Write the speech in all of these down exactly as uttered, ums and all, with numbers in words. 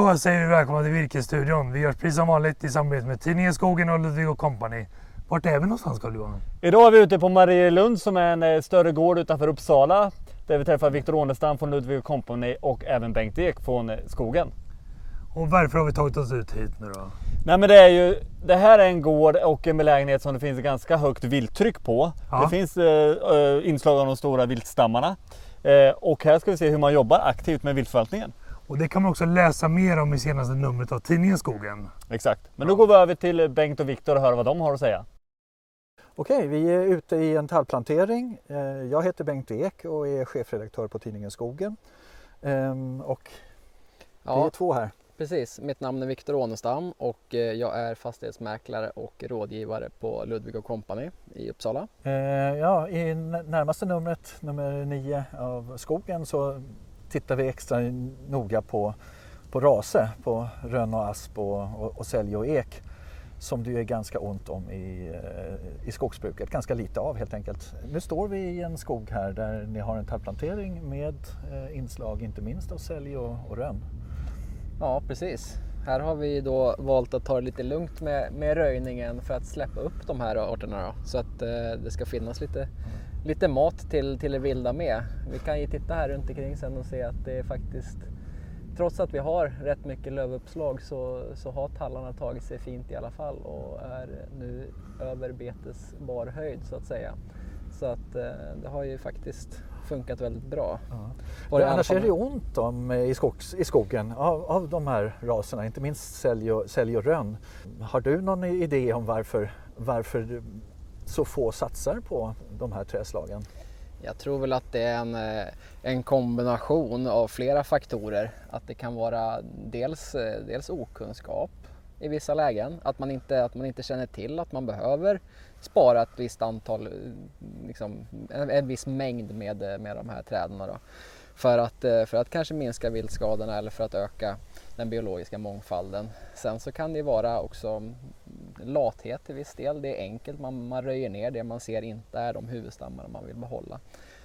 då säger vi välkomna till Virkesstudion. Vi görs precis som vanligt i samarbete med Tidningen Skogen och Ludvig och Company. Vart är vi någonstans, Carl-Johan? Idag är vi ute på Marielund som är en större gård utanför Uppsala. Där vi träffar Viktor Ånestam från Ludvig och Company och även Bengt Ek från Skogen. Och varför har vi tagit oss ut hit nu då? Nej, men det, är ju, det här är en gård och en belägenhet som det finns ganska högt vilttryck på. Ja. Det finns eh, inslag av de stora viltstammarna. Eh, och här ska vi se hur man jobbar aktivt med viltförvaltningen. Och det kan man också läsa mer om i senaste numret av Tidningen Skogen. Exakt. Men då går vi över till Bengt och Viktor och hör vad de har att säga. Okej, vi är ute i en tallplantering. Jag heter Bengt Ek och är chefredaktör på Tidningen Skogen. Och vi är ja, två här. Precis, mitt namn är Viktor Ånestam och jag är fastighetsmäklare och rådgivare på Ludvig och Company i Uppsala. Ja, i närmaste numret, nummer nio av Skogen, så tittar vi extra noga på, på raser, på rönn och asp och, och, och sälj och ek, som det är ganska ont om i, i skogsbruket, ganska lite av helt enkelt. Nu står vi i en skog här där ni har en tallplantering med inslag inte minst av sälj och, och rönn. Ja, precis. Här har vi då valt att ta det lite lugnt med, med röjningen för att släppa upp de här arterna då, så att eh, det ska finnas lite, lite mat till, till det vilda med. Vi kan ju titta här runt omkring sen och se att det är faktiskt, trots att vi har rätt mycket lövuppslag, så, så har tallarna tagit sig fint i alla fall och är nu över betesbar höjd så att säga. Så att eh, det har ju faktiskt funkat väldigt bra. Ja. Det annars är det ont om i, skogs, i skogen av, av de här raserna, inte minst sälj och, sälj och rönn. Har du någon idé om varför, varför så få satsar på de här träslagen? Jag tror väl att det är en, en kombination av flera faktorer. Att det kan vara dels, dels okunskap i vissa lägen. Att man, inte, att man inte känner till att man behöver spara ett visst antal, liksom, en, en viss mängd med, med de här träden då. För att, för att kanske minska viltskadorna eller för att öka den biologiska mångfalden. Sen så kan det vara också lathet till viss del. Det är enkelt, man, man röjer ner det man ser inte är de huvudstammar man vill behålla.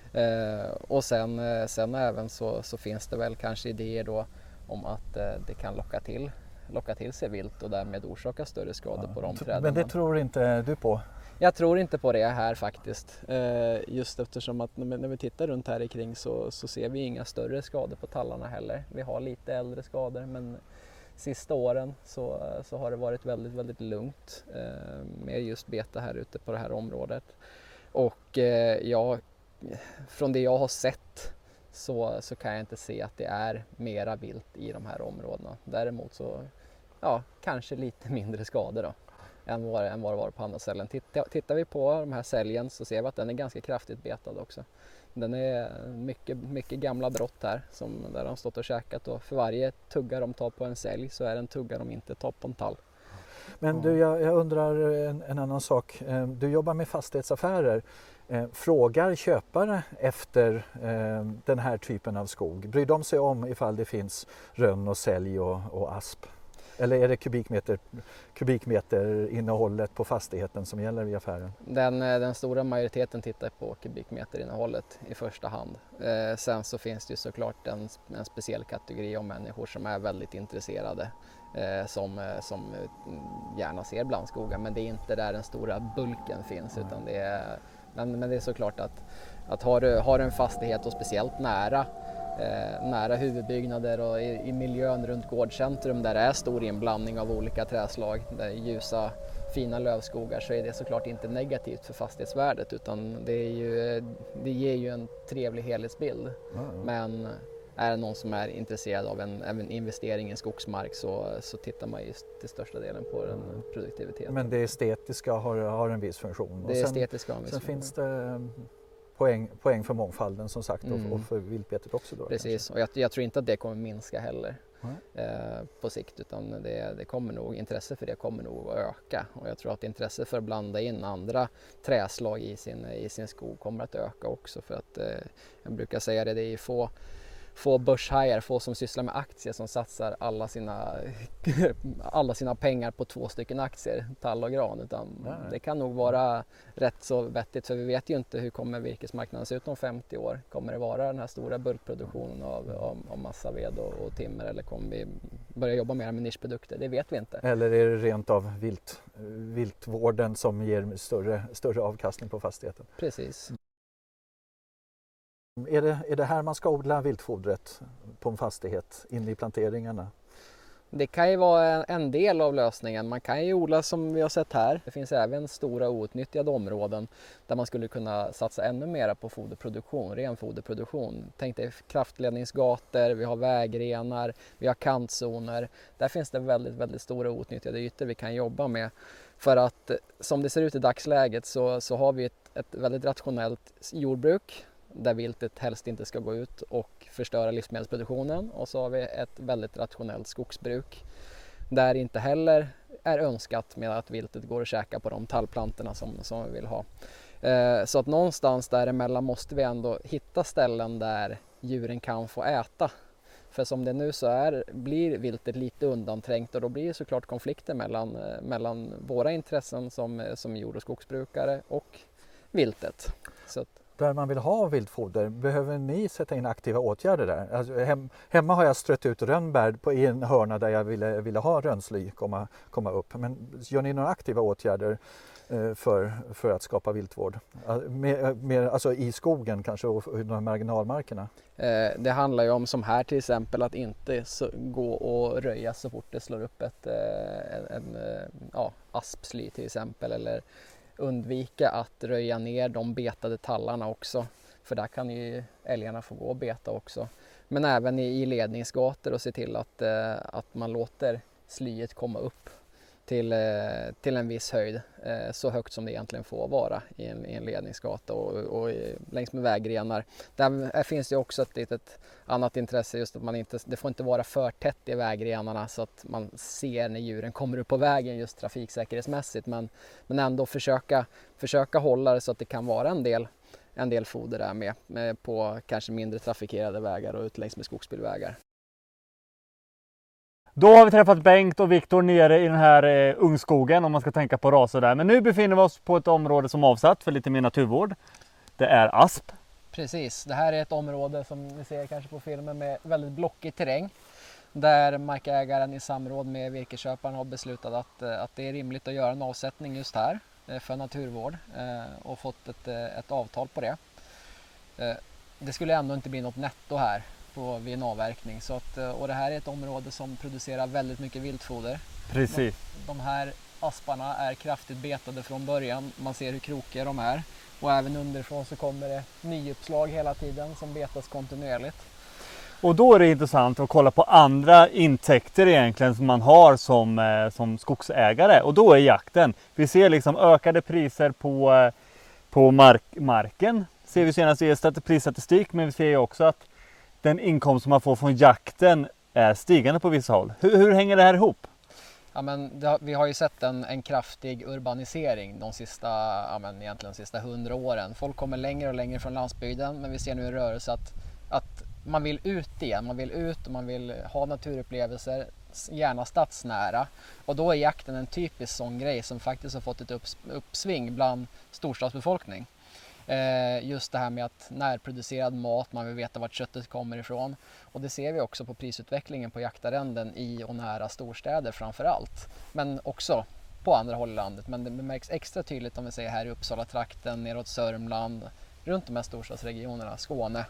Eh, och sen, sen även så, så finns det väl kanske idéer då om att eh, det kan locka till, locka till sig vilt och därmed orsaka större skador ja, på de träden. Men det tror inte du på? Jag tror inte på det här faktiskt. Eh, just eftersom att när vi tittar runt här kring så, så ser vi inga större skador på tallarna heller. Vi har lite äldre skador, men sista åren så, så har det varit väldigt, väldigt lugnt eh, med just bete här ute på det här området. Och eh, jag, från det jag har sett så, så kan jag inte se att det är mera vilt i de här områdena. Däremot så, ja, kanske lite mindre skador då än vad, än vad det var på andra ställen. Tittar, tittar vi på de här säljen så ser vi att den är ganska kraftigt betad också. Den är mycket, mycket gamla brott här som, där de stått och käkat, och för varje tugga de tar på en sälj så är det en tugga de inte tar på en tall. Men du, jag, jag undrar en, en annan sak. Du jobbar med fastighetsaffärer. Frågar köpare efter eh, den här typen av skog? Bryr de sig om ifall det finns rönn och sälj och, och asp? Eller är det kubikmeter, kubikmeter innehållet på fastigheten som gäller i affären? Den, den stora majoriteten tittar på kubikmeterinnehållet i första hand. Eh, sen så finns det ju såklart en, en speciell kategori av människor som är väldigt intresserade. Eh, som, som gärna ser blandskogar, men det är inte där den stora bulken finns. Mm. Utan det är, men, men det är såklart att, att har du har en fastighet och speciellt nära Eh, nära huvudbyggnader och i, i miljön runt gårdcentrum där det är stor inblandning av olika träslag, där ljusa fina lövskogar, så är det såklart inte negativt för fastighetsvärdet, utan det, är ju, det ger ju en trevlig helhetsbild. Mm. Men är det någon som är intresserad av en, en investering i skogsmark så, så tittar man ju till största delen på den mm. produktiviteten. Men det estetiska har, har en viss funktion. Det och sen, estetiska har en viss sen funktion. Finns det Poäng, poäng för mångfalden som sagt mm. och för viltbetet också då. Precis, kanske. Och jag, jag tror inte att det kommer minska heller mm. eh, på sikt, utan det, det kommer nog, intresse för det kommer nog att öka, och jag tror att intresse för att blanda in andra träslag i sin, i sin skog kommer att öka också, för att eh, jag brukar säga det, det är få få börshajar, få som sysslar med aktier som satsar alla sina, alla sina pengar på två stycken aktier, tall och gran. Utan Nej. det kan nog vara rätt så vettigt, för vi vet ju inte hur kommer virkesmarknaden se ut om femtio år. Kommer det vara den här stora bulkproduktionen av, av, av massaved och, och timmer, eller kommer vi börja jobba mer med nischprodukter? Det vet vi inte. Eller är det rent av vilt, viltvården som ger större, större avkastning på fastigheten? Precis. Är det, är det här man ska odla viltfodret på en fastighet inne i planteringarna? Det kan ju vara en, en del av lösningen. Man kan ju odla som vi har sett här. Det finns även stora outnyttjade områden där man skulle kunna satsa ännu mer på foderproduktion, ren foderproduktion. Tänk dig kraftledningsgator, vi har vägrenar, vi har kantzoner. Där finns det väldigt, väldigt stora outnyttjade ytor vi kan jobba med. För att som det ser ut i dagsläget så, så har vi ett, ett väldigt rationellt jordbruk där viltet helst inte ska gå ut och förstöra livsmedelsproduktionen, och så har vi ett väldigt rationellt skogsbruk där inte heller är önskat med att viltet går och käkar på de tallplantorna som, som vi vill ha. Eh, så att någonstans däremellan måste vi ändå hitta ställen där djuren kan få äta. För som det nu så är blir viltet lite undanträngt, och då blir det såklart konflikter mellan, mellan våra intressen som, som jord- och skogsbrukare och viltet. Så att, Där man vill ha viltfoder, behöver ni sätta in aktiva åtgärder där? Alltså, hem, hemma har jag strött ut rönnbär på en hörna där jag ville, ville ha rönnsly komma, komma upp. Men gör ni några aktiva åtgärder eh, för, för att skapa viltvård? Alltså, mer, mer, alltså i skogen kanske och i de här marginalmarkerna? eh, det handlar ju om, som här till exempel, att inte så, gå och röja så fort det slår upp ett, eh, en, en eh, ja, aspsly till exempel, eller undvika att röja ner de betade tallarna också, för där kan ju älgarna få gå och beta också. Men även i, i ledningsgator, och se till att, eh, att man låter slyet komma upp till, eh, till en viss höjd, eh, så högt som det egentligen får vara i en, i en ledningsgata och, och i, längs med vägrenar. Där här finns det också ett litet annat intresse, just att man inte, det får inte vara för tätt i vägrenarna så att man ser när djuren kommer upp på vägen just trafiksäkerhetsmässigt, men, men ändå försöka, försöka hålla det så att det kan vara en del, en del foder där med, med på kanske mindre trafikerade vägar och ut längs med skogsbilvägar. Då har vi träffat Bengt och Viktor nere i den här eh, ungskogen, om man ska tänka på raser där. Men nu befinner vi oss på ett område som är avsatt för lite mer naturvård. Det är asp. Precis, det här är ett område som ni ser kanske på filmen med väldigt blockig terräng. Där markägaren i samråd med virkesköparen har beslutat att, att det är rimligt att göra en avsättning just här för naturvård och fått ett, ett avtal på det. Det skulle ändå inte bli något netto här på, vid en avverkning. Så att, och det här är ett område som producerar väldigt mycket viltfoder. Precis. De, de här asparna är kraftigt betade från början. Man ser hur krokiga de är. Och även underifrån så kommer det nyuppslag hela tiden som betas kontinuerligt. Och då är det intressant att kolla på andra intäkter egentligen som man har som, eh, som skogsägare. Och då är jakten. Vi ser liksom ökade priser på, eh, på mark, marken. Ser vi senast i prisstatistik, men vi ser ju också att den inkomst som man får från jakten är stigande på vissa håll. Hur, hur hänger det här ihop? Ja, men det, vi har ju sett en, en kraftig urbanisering de sista, ja, men egentligen de sista hundra åren. Folk kommer längre och längre från landsbygden, men vi ser nu en rörelse att, att man vill ut igen. Man vill ut och man vill ha naturupplevelser, gärna stadsnära. Och då är jakten en typisk sån grej som faktiskt har fått ett upps, uppsving bland storstadsbefolkning. Eh, just det här med att närproducerad mat, man vill veta vart köttet kommer ifrån. Och det ser vi också på prisutvecklingen på jaktarrenden i och nära storstäder framför allt. Men också på andra håll i landet. Men det märks extra tydligt om vi säger här i Uppsala-trakten, neråt Sörmland, runt de här storstadsregionerna, Skåne.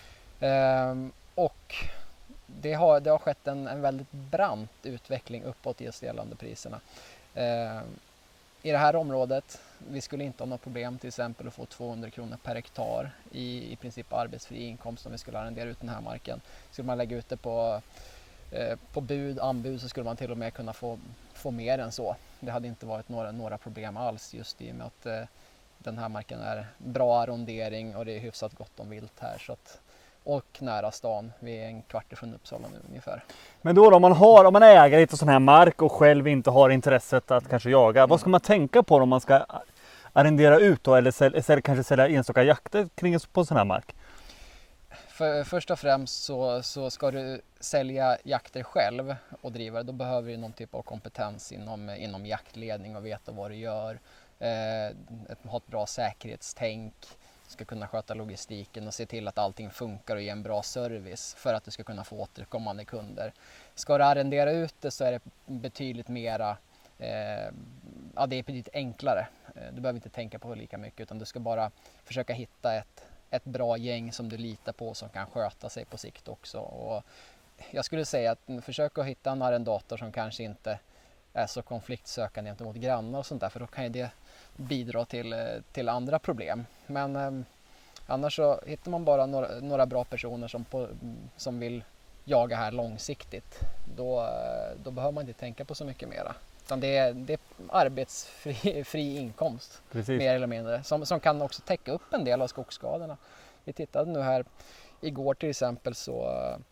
Eh, och det har, det har skett en, en väldigt brant utveckling uppåt just gällande priserna. Eh, I det här området, vi skulle inte ha något problem till exempel att få tvåhundra kronor per hektar i, i princip arbetsfri inkomst om vi skulle arrendera ut den här marken. Skulle man lägga ut det på, eh, på bud, anbud, så skulle man till och med kunna få, få mer än så. Det hade inte varit några, några problem alls, just i och med att eh, den här marken är bra arrondering och det är hyfsat gott om vilt här. Så att, och nära stan, vi är en kvart ifrån Uppsala nu ungefär. Men då, då om man har, om man äger lite sån här mark och själv inte har intresset att kanske jaga, mm. vad ska man tänka på om man ska arrendera ut då, eller sälj, sälj, kanske sälja enstaka jakter kring på sån här mark? för, först och främst så, så ska du sälja jakter själv och driva det. Då behöver du någon typ av kompetens inom, inom jaktledning och veta vad du gör. Eh, ett, ha ett bra säkerhetstänk. Du ska kunna sköta logistiken och se till att allting funkar och ge en bra service för att du ska kunna få återkommande kunder. Ska du arrendera ut det så är det betydligt mera, eh, ja, det är betydligt enklare. Du behöver inte tänka på lika mycket utan du ska bara försöka hitta ett, ett bra gäng som du litar på som kan sköta sig på sikt också. Och jag skulle säga att försök att hitta en arrendator som kanske inte är så konfliktsökande gentemot grannar och sånt där, för då kan ju det bidra till, till andra problem. Men eh, annars så hittar man bara några, några bra personer som, på, som vill jaga här långsiktigt. Då, då behöver man inte tänka på så mycket mera. Utan det är, det är arbetsfri fri inkomst, Precis. Mer eller mindre, som, som kan också täcka upp en del av skogsskadorna. Vi tittade nu här igår till exempel så,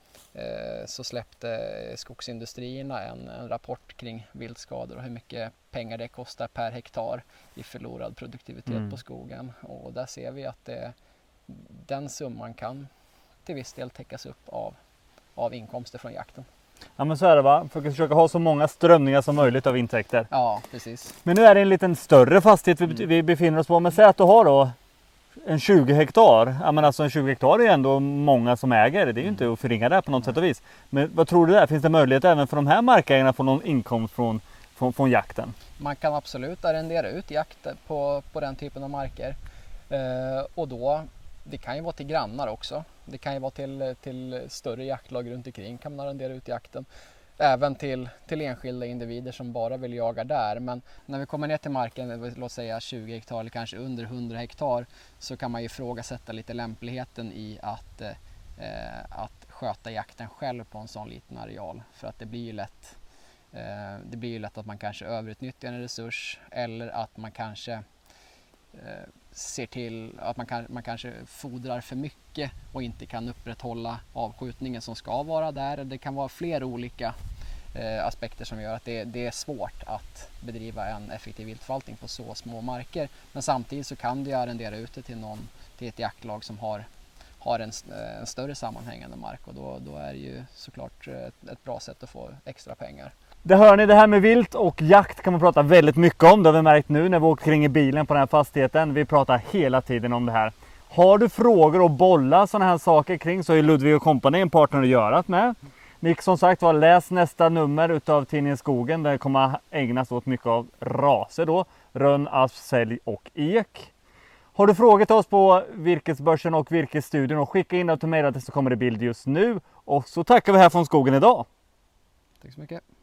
eh, så släppte skogsindustrierna en, en rapport kring viltskador och hur mycket pengar det kostar per hektar i förlorad produktivitet mm. på skogen. Och där ser vi att det, den summan kan till viss del täckas upp av, av inkomster från jakten. Ja men så är det va, för att försöka ha så många strömningar som möjligt av intäkter. Ja, precis. Men nu är det en liten större fastighet vi, mm. vi befinner oss på, men säg att du har då en tjugo hektar. Ja men alltså en tjugo hektar är ju ändå många som äger, det är ju inte att förringa det på något sätt och vis. Men vad tror du där, finns det möjlighet även för de här markägarna att få någon inkomst från, från, från jakten? Man kan absolut arrendera ut jakt på, på den typen av marker. Eh, och då, det kan ju vara till grannar också. Det kan ju vara till, till större jaktlag runt omkring kan man arrendera ut jakten. Även till, till enskilda individer som bara vill jaga där. Men när vi kommer ner till marken, låt säga tjugo hektar eller kanske under hundra hektar, så kan man ju ifrågasätta lite lämpligheten i att, eh, att sköta jakten själv på en sån liten areal. För att det blir ju lätt, eh, det blir ju lätt att man kanske överutnyttjar en resurs eller att man kanske eh, ser till att man, kan, man kanske fodrar för mycket och inte kan upprätthålla avskjutningen som ska vara där. Det kan vara fler olika eh, aspekter som gör att det, det är svårt att bedriva en effektiv viltförvaltning på så små marker. Men samtidigt så kan du arrendera ut det till, någon, till ett jaktlag som har, har en, en större sammanhängande mark och då, då är det ju såklart ett, ett bra sätt att få extra pengar. Det hör ni, det här med vilt och jakt kan man prata väldigt mycket om. Det har vi märkt nu när vi åker kring i bilen på den här fastigheten. Vi pratar hela tiden om det här. Har du frågor och bolla sådana här saker kring så är Ludvig och Company en partner att göra med. Ni som sagt var, läs nästa nummer utav tidningen Skogen. Där kommer ägnas åt mycket av raser då. Rönn, asp, sälj och ek. Har du frågor till oss på Virkesbörsen och Virkesstudion och skicka in det till mejladress så kommer det bild just nu. Och så tackar vi här från Skogen idag. Tack så mycket.